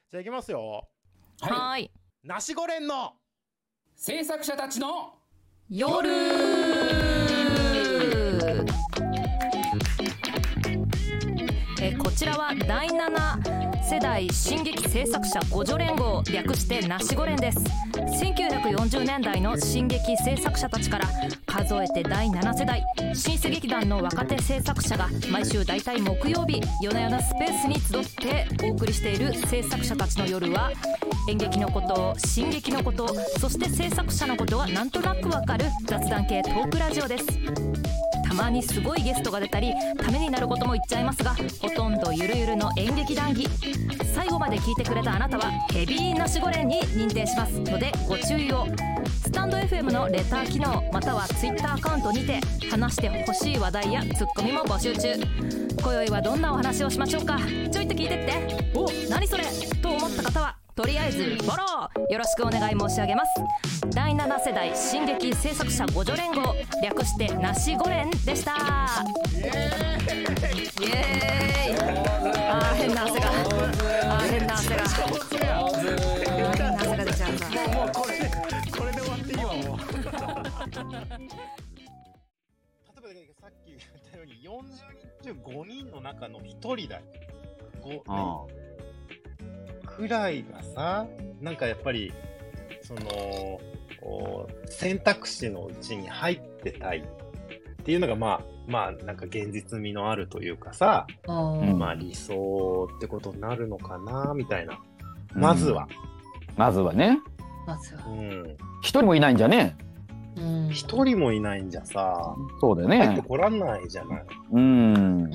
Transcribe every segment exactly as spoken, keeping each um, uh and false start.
じゃあいきますよ。 はい。 はーい。 ナシゴレンの制作者たちの夜えこちらはだいなな世代進撃制作者互助連合、略してナシゴレンです。せんきゅうひゃくよんじゅうねんだいの進撃制作者たちから数えてだいなな世代新世劇団の若手制作者が毎週だいたい木曜日夜な夜なスペースに集ってお送りしている制作者たちの夜は、演劇のこと、進撃のこと、そして制作者のことがなんとなくわかる雑談系トークラジオです。たまにすごいゲストが出たりためになることも言っちゃいますが、ほとんどゆるゆるの演劇談義。最後まで聞いてくれたあなたはヘビーナシゴレンに認定しますのでご注意を。スタンド エフエム のレター機能または Twitter アカウントにて話してほしい話題やツッコミも募集中。今宵はどんなお話をしましょうか。ちょいと聞いてって。お、何それと思った方はとりあえずフォローよろしくお願い申し上げます。だいなな世代進撃制作者互助連合、略してナシゴレンでした。イエーイイエーイ。あー変な汗があー変な汗が変な汗が出ちゃうさ。 もうもうこれでこれで終わっていいわもう。例えばさっき言ったようによんじゅうにん中ごにんの中のひとりだよ。ごあくらいがさ、なんかやっぱりその選択肢のうちに入ってたいっていうのがまあまあなんか現実味のあるというかさ、 うんまあ理想ってことになるのかなみたいな。まずは、 まずはね、 まずはうん、 一人もいないんじゃね。 うん一人もいないんじゃさ、 そうだよ入ってね。 こらんないじゃない。 うん。 うん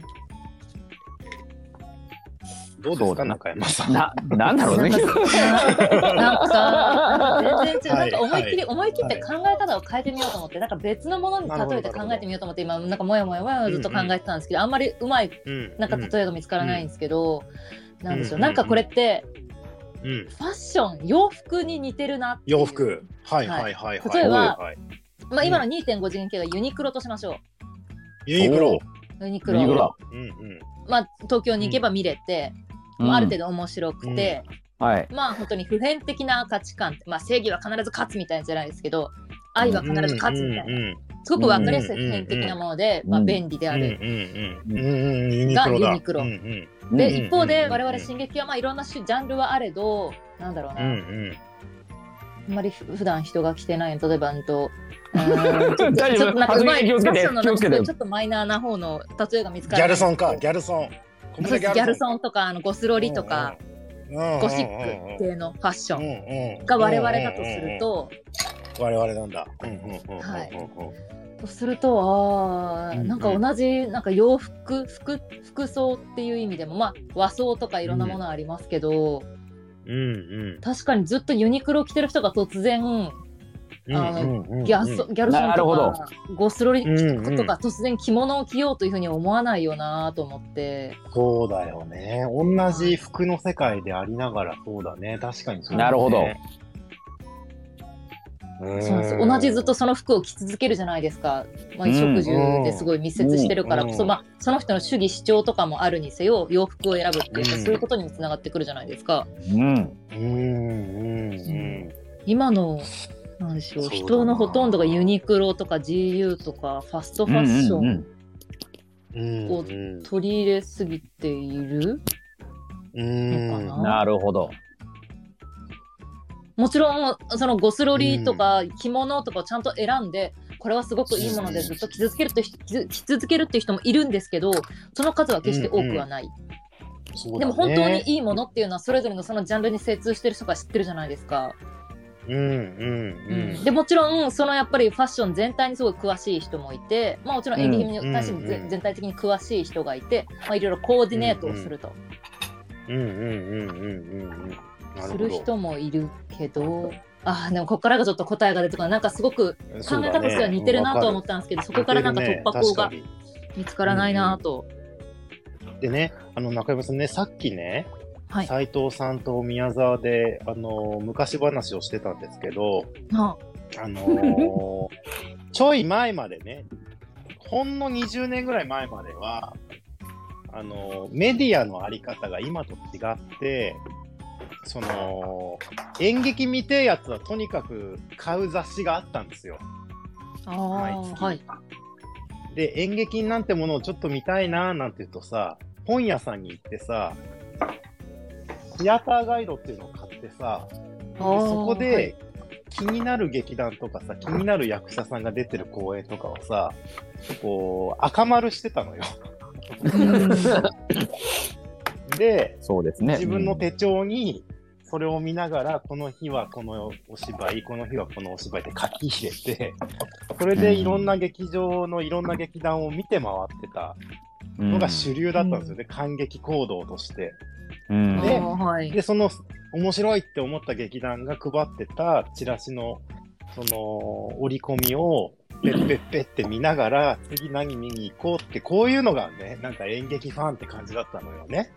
どうですかそうだな中山さん。 な、なんだろうね。 なんか全然違う、 はいなんか思いっきり、 はい思い切って考え方を変えてみようと思って、なんか別のものに例えて考えてみようと思って今なんかもやもやもやずっと考えてたんですけど、あんまりうまいうんなんか例えが見つからないんですけど、なんでしょう、 うんなんかこれってうん、 ファッション洋服に似てるなっていう洋服。はいはいはいはい。 例えばはいはい、 まあ今の にてんご 次元系がユニクロとしましょユニクロ。 う。ユニクロユニクロうんうん。 まあ東京に行けば見れて、まあ、ある程度面白くて、 はい。 まあ本当に普遍的な価値観、まあ、正義は必ず勝つみたいなじゃないですけど、愛は必ず勝つみたいな、 うんすごく分かりやすい普遍的なもので、 うんまあ、便利であうんうんる。 うんうんうんユニクロだ。 がユニクロうんうんで、 うん一方でうん我々進撃はまあいろんな種ジャンルはあれど、なんだろうな、 うんうんあんまりふ普段人が着てないの、例えばうんと、うーんちょ大丈夫ちょっとなんかうまい気をつけてファッションの気をつけてちょっとマイナーな方の例えが見つかギらない。 ャルソンかギャルソン。小そうですギャルソンンとかあのゴスロリとか、ゴシック系のファッションンが我々だとすると、 我々なんだ。うんうんうんうんはいうんとすると、あーなんか同じなんか洋服服服装っていう意味でも、まあ和装とかいろんなものありますけど、 うんうん確かにずっとユニクロ着てる人が突然うんあのうんうんギャソギャルソンなるほどとかゴスロリうんうんとか突然着物を着ようというふうに思わないよなと思って、 そうだよね。同じ服の世界でありながらそうだね。確かにそうだね。 なるほど。 うんそうなんです。同じずっとその服を着続けるじゃないですか、まあ、衣食住ですごい密接してるからこそ、 うんまあ、その人の主義主張とかもあるにせよ洋服を選ぶっていうか、 うんそういうことにもつながってくるじゃないですか。 うん。 うんうんうん今のなんでしょう、 そうだな人のほとんどがユニクロとか ジーユー とかファストファッションうんをうん取り入れすぎているうんのかな。 なるほど。 もちろんそのゴスロリとか着物とかをちゃんと選んで、これはすごくいいものでずっと着続けるって着着続けるっていう人もいるんですけど、その数は決して多くはない、 そうだねでも本当にいいものっていうのはそれぞれのそのジャンルに精通してる人が知ってるじゃないですか。 うんうんうんでもちろんそのやっぱりファッション全体にすごい詳しい人もいて、まあ、もちろん演劇に対してもぜうんうん全体的に詳しい人がいて、まあ、いろいろコーディネートをすると、 うんうんうんうんうんうんなるほどする人もいるけど、あーでもここからがちょっと答えが出てくる、なんかすごく考え方としては似てるなと思ったんですけど、そこからなんか突破口が見つからないなと。 でね、あの中山さんね、さっきね、 はい。 斉藤さんと宮沢であの昔話をしてたんですけど、 ああのーちょい前までね、ほんのにじゅうねんぐらい前までは、あのーメディアのあり方が今と違って、 その演劇見てえやつはとにかく買う雑誌があったんですよ。 あ毎あ、 月はい。 で演劇なんてものをちょっと見たいなーなんて言うとさ、本屋さんに行ってさ、シアターガイドっていうのを買ってさ、であーそこで、 はい気になる劇団とかさ、気になる役者さんが出てる公演とかをさ、こう赤丸してたのよ。で、 そうですね。 自分の手帳にそれを見ながら、この日はこのお芝居、この日はこのお芝居って書き入れて、それでいろんな劇場のいろんな劇団を見て回ってたうんのが主流だったんですよね、観劇行動として。 うんであーはい。 で、その面白いって思った劇団が配ってたチラシのその折り込みをペッペッペッって見ながら、次何見に行こうって、こういうのがね、なんか演劇ファンって感じだったのよね。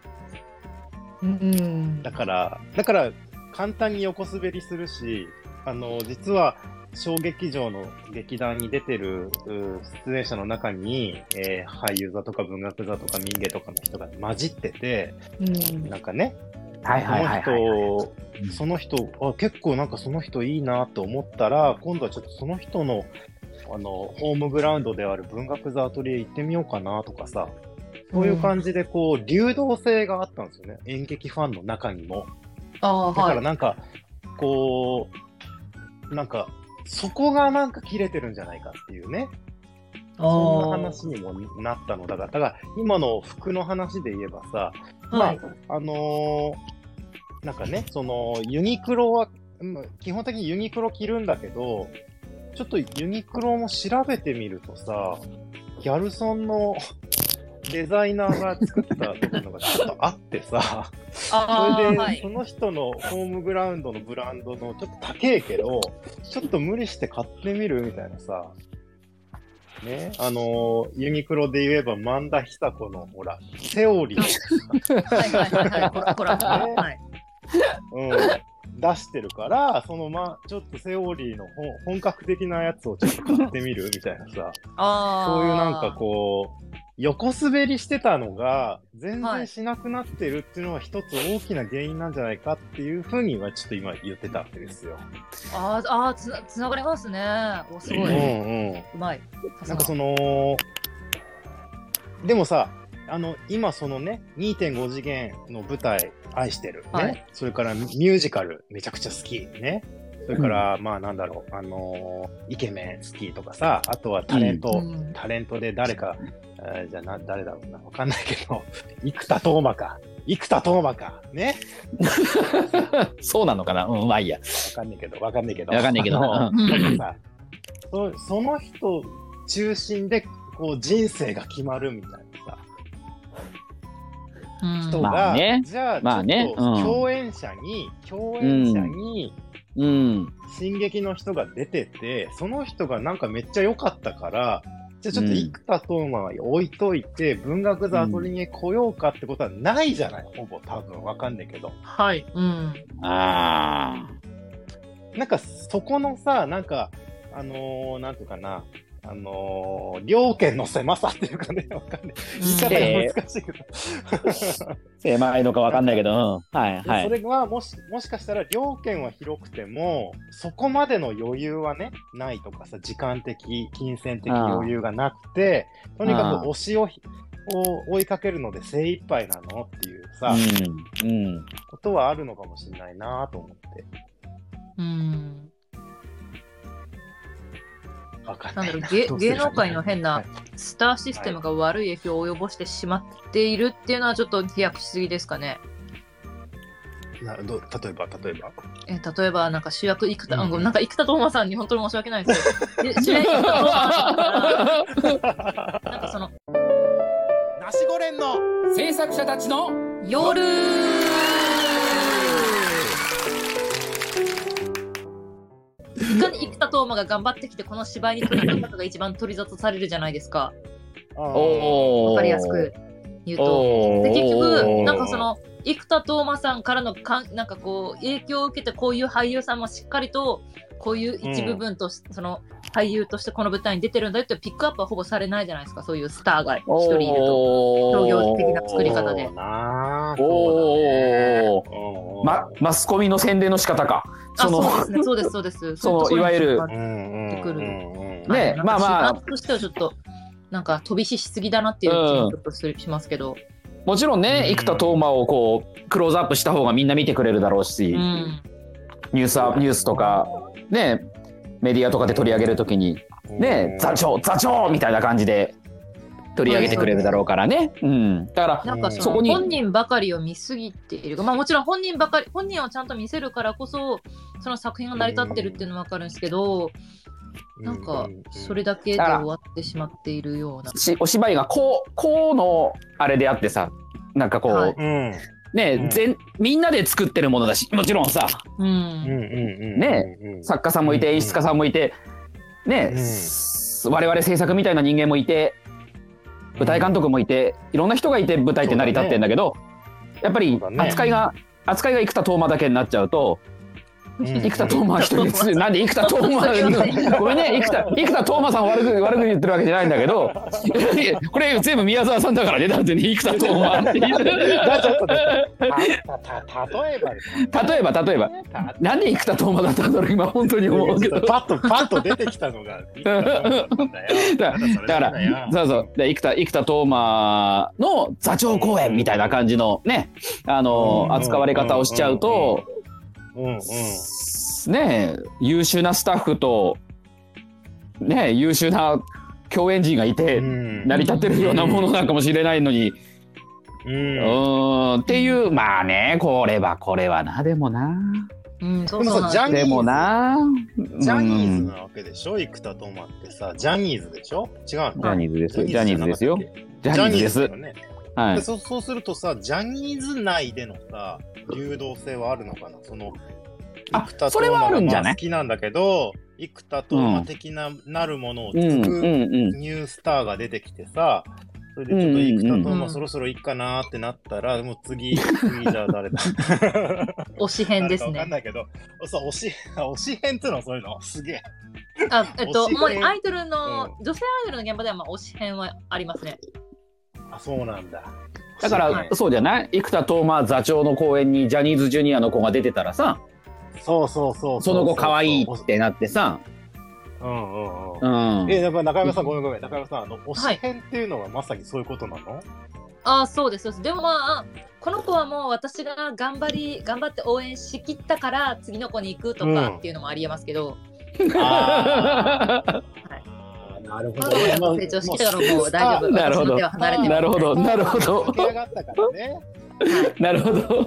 うん。 だから、だから簡単に横滑りするし、あの、実は小劇場の劇団に出てるう出演者の中に、えー俳優座とか文学座とか民芸とかの人が混じってて、 うんなんかね、 はいはいはいはい。 その人、その人あ、結構なんかその人いいなと思ったら、今度はちょっとその人の、あの、ホームグラウンドである文学座アトリエ行ってみようかなとかさ、そういう感じでこう、流動性があったんですよね。演劇ファンの中にも。 ああ、 だかはい。 らなんか、こう、なんか、そこがなんか切れてるんじゃないかっていうね。そんな話にもなったのだから、だから今の服の話で言えばさ、 はい。 まあ、あのーなんかね、その、ユニクロは、うん基本的にユニクロ着るんだけど、ちょっとユニクロも調べてみるとさ、ギャルソンのデザイナーが作ったっていうのがちょっとあってさ、そああ、 れで、 はいそ。の人のホームグラウンドのブランドのちょっと高えけど、ちょっと無理して買ってみるみたいなさ、ね、あのーユニクロで言えば、萬田久子の、ほら、セオリー、 はいはいはいはい。こらこら。 ねはい。 うん、出してるから、そのま、ちょっとセオリーの本本格的なやつをちょっと買ってみるみたいなさ、 ああ。 そういうなんかこう、横滑りしてたのが、全はい然しなくなってるっていうのは一つ大きな原因なんじゃないかっていうふうにはちょっと今言ってたわけですよ。 あーあー、つな、つながりますね。お、すごうんい。 うん。 うまい。 なんかその、でもさ、あの、今そのね、にてんご 次元の舞台愛してる、ね。 はいそれからミュージカルめちゃくちゃ好き。ね。それから、まあなんだろう、あのーイケメン好きとかさ、あとはタレント、 うんタレントで誰か、えーじゃあな、誰だろうな、わかんないけど、生田斗真か。生田斗真か。ね。 そうなのかな。うん、まあいいや。 わかんないけど、わかんないけど。 わかんないけどあのうんなんかさ、そその人中心で、こう人生が決まるみたいなさ。 うん人が、 まあねじゃあ、 まあねちょっとうん共演者に、共演者にうん。 進撃の人が出てて、その人がなんかめっちゃ良かったから、じゃあちょっと生田斗真は置いといて、文学座アトリエ来ようかってことはないじゃない、ほぼ多分わかんないけど。 はい。うん。 あなんかそこのさ、なんか、あのー、なんていうかな、あのー、両権の狭さっていうかね、わかんない。言い方が難しいけど。 あ。狭いのかわかんないけど。うん。はいはい。 でそれがもし、もしかしたら両県は広くても、そこまでの余裕はね、ないとかさ、時間的、金銭的余裕がなくて、とにかく推しをひを追いかけるので精一杯なのっていうさ、 うん。うん。 ことはあるのかもしれないなと思って。 うん。 わかんななんいな。 だろう芸どうすればいい芸能界の変なはいスターシステムが悪い影響を及ぼしてしまっているっていうのはちょっと飛躍しすぎですかね。 など例えば、例えば。 え例えばなんか主役生田、 うんあごめんなんか生田斗真さんに本当に申し訳ないですけど、で主演生田斗真さんからなんかそのナシゴレンの制作者たちの夜いかに生田斗真が頑張ってきてこの芝居に取り組んだかが一番取り沙汰されるじゃないですか。 おー。 わかりやすく言うと。 おー。 で結局なんかその生田斗真さんからのかんなんかこう影響を受けてこういう俳優さんもしっかりとこういう一部分とし、その俳優としてこの舞台に出てるんだよってピックアップはほぼされないじゃないですか、そういうスターが一人いると。商業的な作り方で。 おお、ま、マスコミの宣伝の仕方か。 そのあ、そうですね、そうですそうです。 そのいわゆるね、まあまあとしてはちょっとなんか飛び火しすぎだなっていう気もちょっとしますけど。 もちろんね、生田斗真をこうクローズアップした方がみんな見てくれるだろうし、うん、ニュースニュースとかね、メディアとかで取り上げるときにね、座長座長みたいな感じで取り上げてくれるだろうからね。うん、だからなんかその本人ばかりを見すぎている、まあもちろん本人ばかり本人をちゃんと見せるからこそその作品が成り立ってるっていうのは分かるんですけど、なんかそれだけで終わってしまっているような。 お芝居がこうこうのあれであってさ、なんかこう、はい、ね、うん、全みんなで作ってるものだし、もちろんさ、うん、ね、作家さんもいて演出家さんもいて、ね、うん、我々制作みたいな人間もいて、舞台監督もいて、いろんな人がいて舞台って成り立ってんだけど、ね、やっぱり扱いが、ね、扱いが生田斗真だけになっちゃうと、うん、生田斗真一人でなんで生田斗真ごめんね、生田生田斗真さんを悪く悪く言ってるわけじゃないんだけどこれ全部宮沢さんだからね。だってね、生田斗真って言ってる例えば例えばなんで生田斗真だったんだろう今本当に思うけど、 パッとパッと出てきたのがだからそうそう、生田生田斗真の座長公演みたいな感じのね、あの扱われ方をしちゃうと、うんうん、ねえ、優秀なスタッフとねえ、優秀な共演陣がいて成り立ってるようなものなんかもしれないのに、うん、うんっていう、まあね、これはこれはな、でもな、 うん、そうそうなんでもな、 ジャニーズなわけでしょ、生田斗真ってさ、ジャニーズでしょ、違うの？ ジャニーズですよ、ジャニーズですよ、ジャニーズです。 はい、で そ, そうするとさ、ジャニーズ内でのさ、流動性はあるのかな。その生田斗真が好きなんだけど、生田斗真的な、うん、なるものを作るニュースターが出てきてさ、それでちょっと生田斗真そろそろいいかなーってなったら、もう次、次じゃあ誰だ推し編ですね。 わかんないけど、そう、推し、推し編っていうのはそういうのすげえ。 あ、えっと、もうアイドルの、うん、女性アイドルの現場ではまあ推し編はありますね。 あ、そうなんだ。 だから、はい、そうじゃない、生田斗真座長の公演にジャニーズジュニアの子が出てたらさ、 そうそうそう、 その子可愛いってなってさ、 うんうんうん。うん、え、やっぱ中山さん、ごめんごめん、中山さん、あの推し編っていうのはまさにそういうことなの？はい、 あ、そうですそうです。でもまあこの子はもう私が頑張り頑張って応援しきったから次の子に行くとかっていうのもありえますけど。うん、あはい。なるほど。成長してからもう大丈夫。 なるほど。なるほど。なるほど。 出来上がったからね。 なるほど。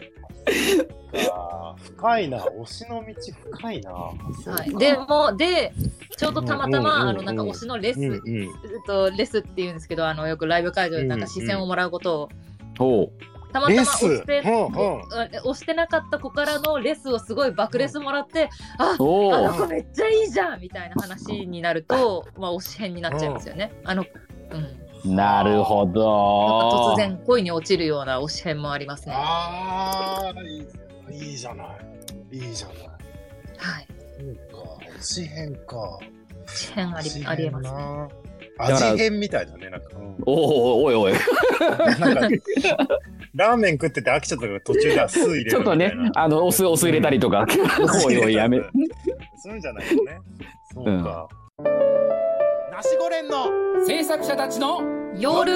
あ深いな、推しの道深いな。はい。でもでちょうどたまたまあのなんか推しのレス、うんうん、とレスっていうんですけど、あのよくライブ会場でなんか視線をもらうことを。うんうん、たまたま押して、うんうん、押してなかった子からのレスをすごい爆レスもらって、あ、あの子めっちゃいいじゃんみたいな話になると、まあ推し編になっちゃいますよね。あの、 うん。なるほど。 突然恋に落ちるような推し編もありますね。 ああ、いい、いいじゃない。いいじゃない。 はい。 そうか、推し編か。 推し編あり、ありえますね。 味変みたいだね、なんか。うん、 おお、おいおい。 なんかラーメン食ってて飽きちゃったから途中で酢入れるみたいな。 ちょっとね、あのお酢お酢入れたりとか。おいおいやめ。 そういうんじゃないよね。そうか。うん、ナシゴレンの制作者たちの夜。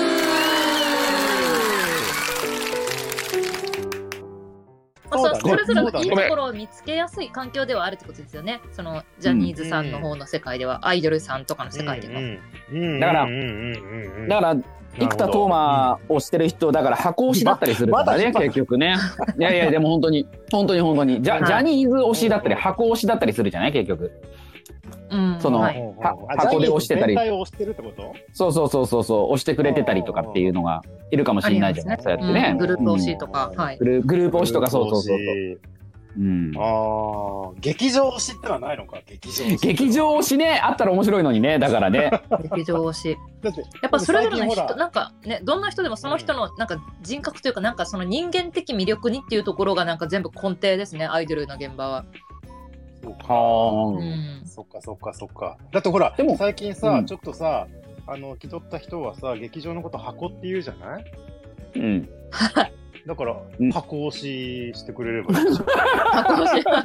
まあ、それぞれのいいところを見つけやすい環境ではあるってことですよね。そのジャニーズさんの方の世界では、うん、アイドルさんとかの世界では。 だから、だから生田斗真をしてる人だから箱推しだったりするからね、ま、結局ね。いやいやでも本当に本当に本当にジャ、はい、ジャニーズ推しだったり箱推しだったりするじゃない結局。うん、その、はい、箱で押してたり、そうそうそうそうそう押してくれてたりとかっていうのがいるかもしれないじゃない、そうやってね、 うん、グループ推しとか、うん、はい、 グル、グループ推しとか、そうそうそうそう、 うん、ああ、劇場推しってのはないのか。劇場推し、 劇場推しね、あったら面白いのにね、だからね。 劇場推しだってやっぱそれぞれの人、なんかね、どんな人でもその人のなんか人格というか、なんかその人間的魅力にっていうところがなんか全部根底ですね、アイドルの現場は。 そうか、うん、そっかそっかそっか。だってほらでも最近さ、うん、ちょっとさあの気取った人はさ劇場のこと箱って言うじゃない？うん。だから、うん、箱押ししてくれればいいでしょ。箱押し。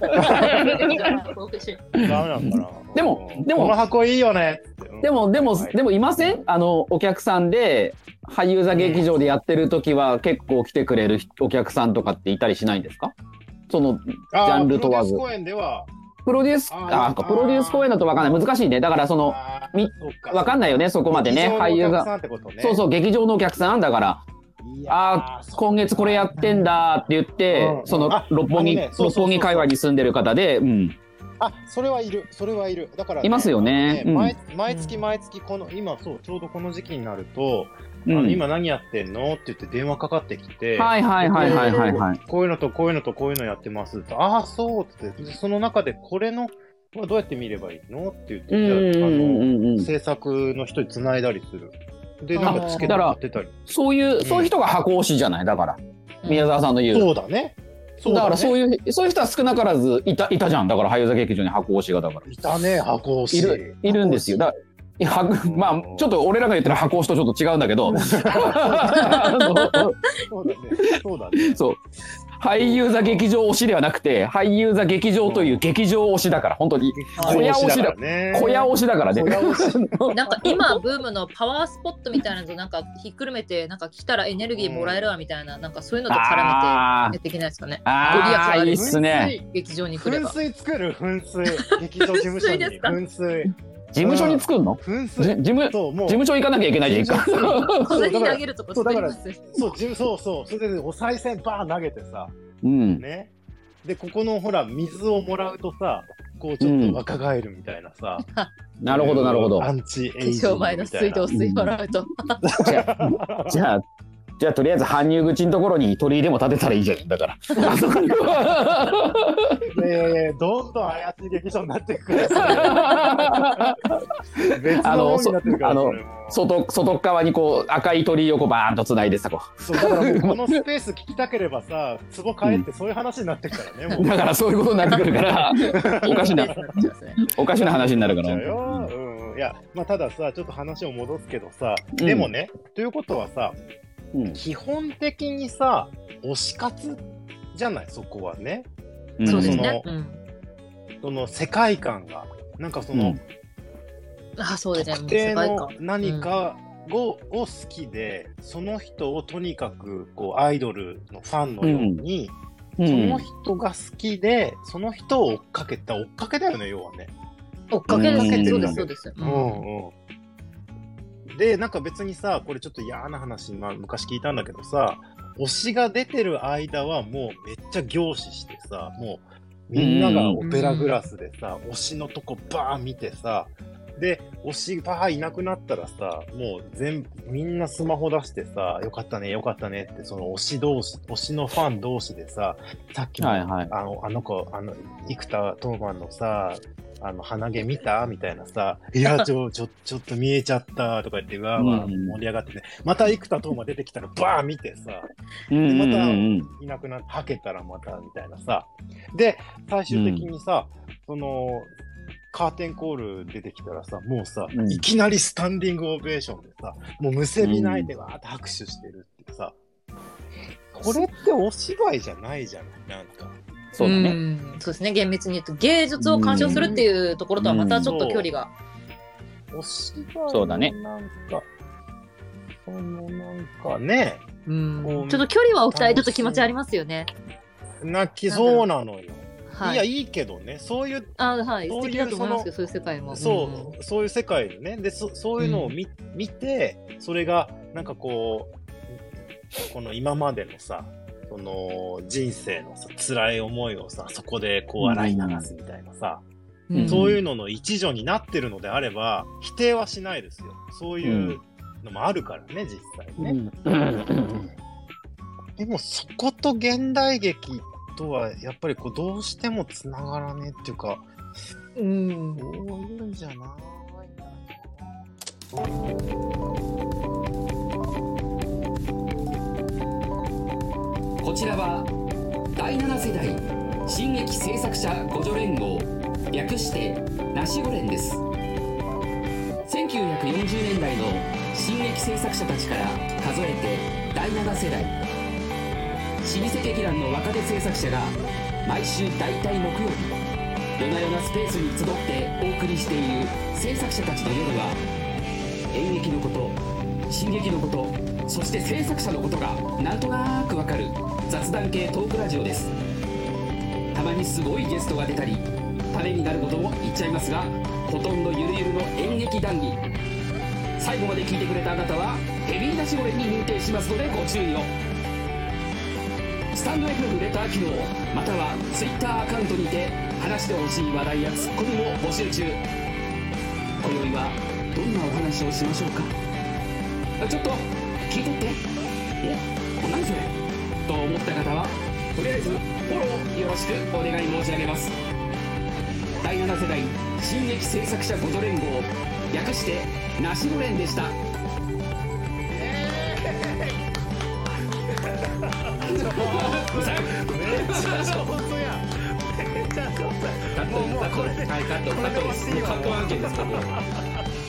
ダメなんかな。 でもでもこの箱いいよね。 でもでも、はい、でもいません？あのお客さんで俳優座劇場でやってる時は結構来てくれるお客さんとかっていたりしないんですか？そのジャンル問わず。 プロデュース公演では。 プロデュースああプロデュース公演だと分かんない難しいね。だからそのみ分かんないよねそこまでね俳優座、ね、そうそう劇場のお客さんだから。あー今月これやってんだって言って、うん、その六本木、ね、六本木界隈に住んでる方で、うん、 あそれはいるそれはいるだから、ね、 いますよね、 ね、うん、毎, 毎月毎月この今そうちょうどこの時期になると、うん、あの今何やってんのって言って電話かかってきて、 はいはいはいはいはい、はい、 こういうのとこういうのとこういうのやってますってああそうってその中でこれのどうやって見ればいいのって言って、うん、あの制作の人に繋いだりする。でなんかチケット買ってたりそういう、うん、そういう人が箱推しじゃないだから宮沢さんの言うそうだねそうだねだからそういうそういう人は少なからずいたいたじゃんだから俳優座劇場に箱推しがだからいたね箱推しいるいるんですよだいやまあちょっと俺らが言ってる箱推しとちょっと違うんだけどそうだねそうだねそう俳優座劇場推しではなくて俳優座劇場という劇場推しだから本当に小屋推しだ小屋推しだからねなんか今ブームのパワースポットみたいなのとなんかひっくるめてなんか来たらエネルギーもらえるわみたいな、うん、なんかそういうのと絡めてやっていけないですかね。 ああいいっすね劇場に来れば噴水作る噴水劇場事務所に噴水事務所に作るの？ 噴水事務事務所行かなきゃいけないじゃんか。 小銭投げるとこ作ります。 そうそうそうそれでお賽銭バーン投げてさ、 うんね、でここのほら水をもらうとさ、こうちょっと若返るみたいなさ。 うん、なるほどなるほど。 アンチエイジングみたいな。化粧前の水道水もらうと。 じゃあじゃあ。じゃあとりあえず搬入口のところに鳥居でも建てたらいいじゃんだからあそこにえー、どんどん怪しい劇場になっていくから別のものになってるから、ね、 外, 外側にこう赤い鳥居をこうバーンとつないでさこうそうだからもうこのスペース聞きたければさ壺買えってそういう話になってくからね、 うん、もうだからそういうことになってくるからおかしなおかしな話になるからうん、いやまあたださちょっと話を戻すけどさ、うん、でもねということはさうん、基本的にさ推し活じゃないそこはね、 うん、そうですね、うん、 その世界観がなんかその、うん、 あそうですね特定の何かを、うん、を好きでその人をとにかくこうアイドルのファンのように、うん、その人が好きでその人を追っかけた追っかけだよね要はね追っかけです、うん、そうですそうです、うんうんうんでなんか別にさこれちょっと嫌な話、まあ、昔聞いたんだけどさ推しが出てる間はもうめっちゃ凝視してさもうみんながオペラグラスでさ推しのとこバーン見てさで推しバーいなくなったらさもう全部みんなスマホ出してさよかったねよかったねってその推し同士推しのファン同士でささっきの、はいはい、あのあの子あの生田斗真のさあの鼻毛見たみたいなさいやちょちょちょっと見えちゃったとか言ってわーわー盛り上がってね、うん、また生田斗真出てきたらバー見てさでまたいなくなってはけたらまたみたいなさで最終的にさ、うん、そのカーテンコール出てきたらさもうさ、うん、いきなりスタンディングオベーションでさもうむせびないでわーって拍手してるってさ、うん、これってお芝居じゃないじゃないなんかそうだね、うんそうですね厳密に言うと芸術を鑑賞するっていうところとはまたちょっと距離が、 うん、お芝居そうだねなんかそのなんかね、 うん、ちょっと距離はお二人ちょっと気持ちありますよね泣きそうなのよはい、いやいいけどねそういうあはい素敵だと思いますけどそういう世界もそう、うん、そういう世界でねで そ, そういうのを 見,、うん、見てそれがなんかこうこの今までのさその人生のさ辛い思いをさそこでこう洗い流すみたいなさ、うん、そういうのの一助になってるのであれば否定はしないですよそういうのもあるからね実際ね、うん、でもそこと現代劇とはやっぱりこうどうしてもつながらねっていうかうんこういうんじゃないこちらはだいなな世代新劇制作者互助連合略してナシゴレンです。せんきゅうひゃくよんじゅうねんだいの新劇制作者たちから数えてだいなな世代、老舗劇団の若手制作者が毎週だいたい木曜日、夜な夜なスペースに集ってお送りしている制作者たちの夜は、演劇のこと、新劇のこと、そして制作者のことがなんとなくわかる雑談系トークラジオです。たまにすごいゲストが出たり、ためになることも言っちゃいますが、ほとんどゆるゆるの演劇談義。最後まで聞いてくれたあなたはヘビーナシゴレンに認定しますのでご注意を。スタンド エフエム レター機能または Twitter アカウントにて話してほしい話題やツッコミも募集中。今宵はどんなお話をしましょうか。ちょっと聞いてって、お、何それと思った方はとりあえずフォローよろしくお願い申し上げます。だいなな世代新劇制作者ご助連合、略してナシゴレンでした。 めっちゃ上手やん。めっちゃ上手。もうもうこれで、 はい、カットカットです。カット案件です。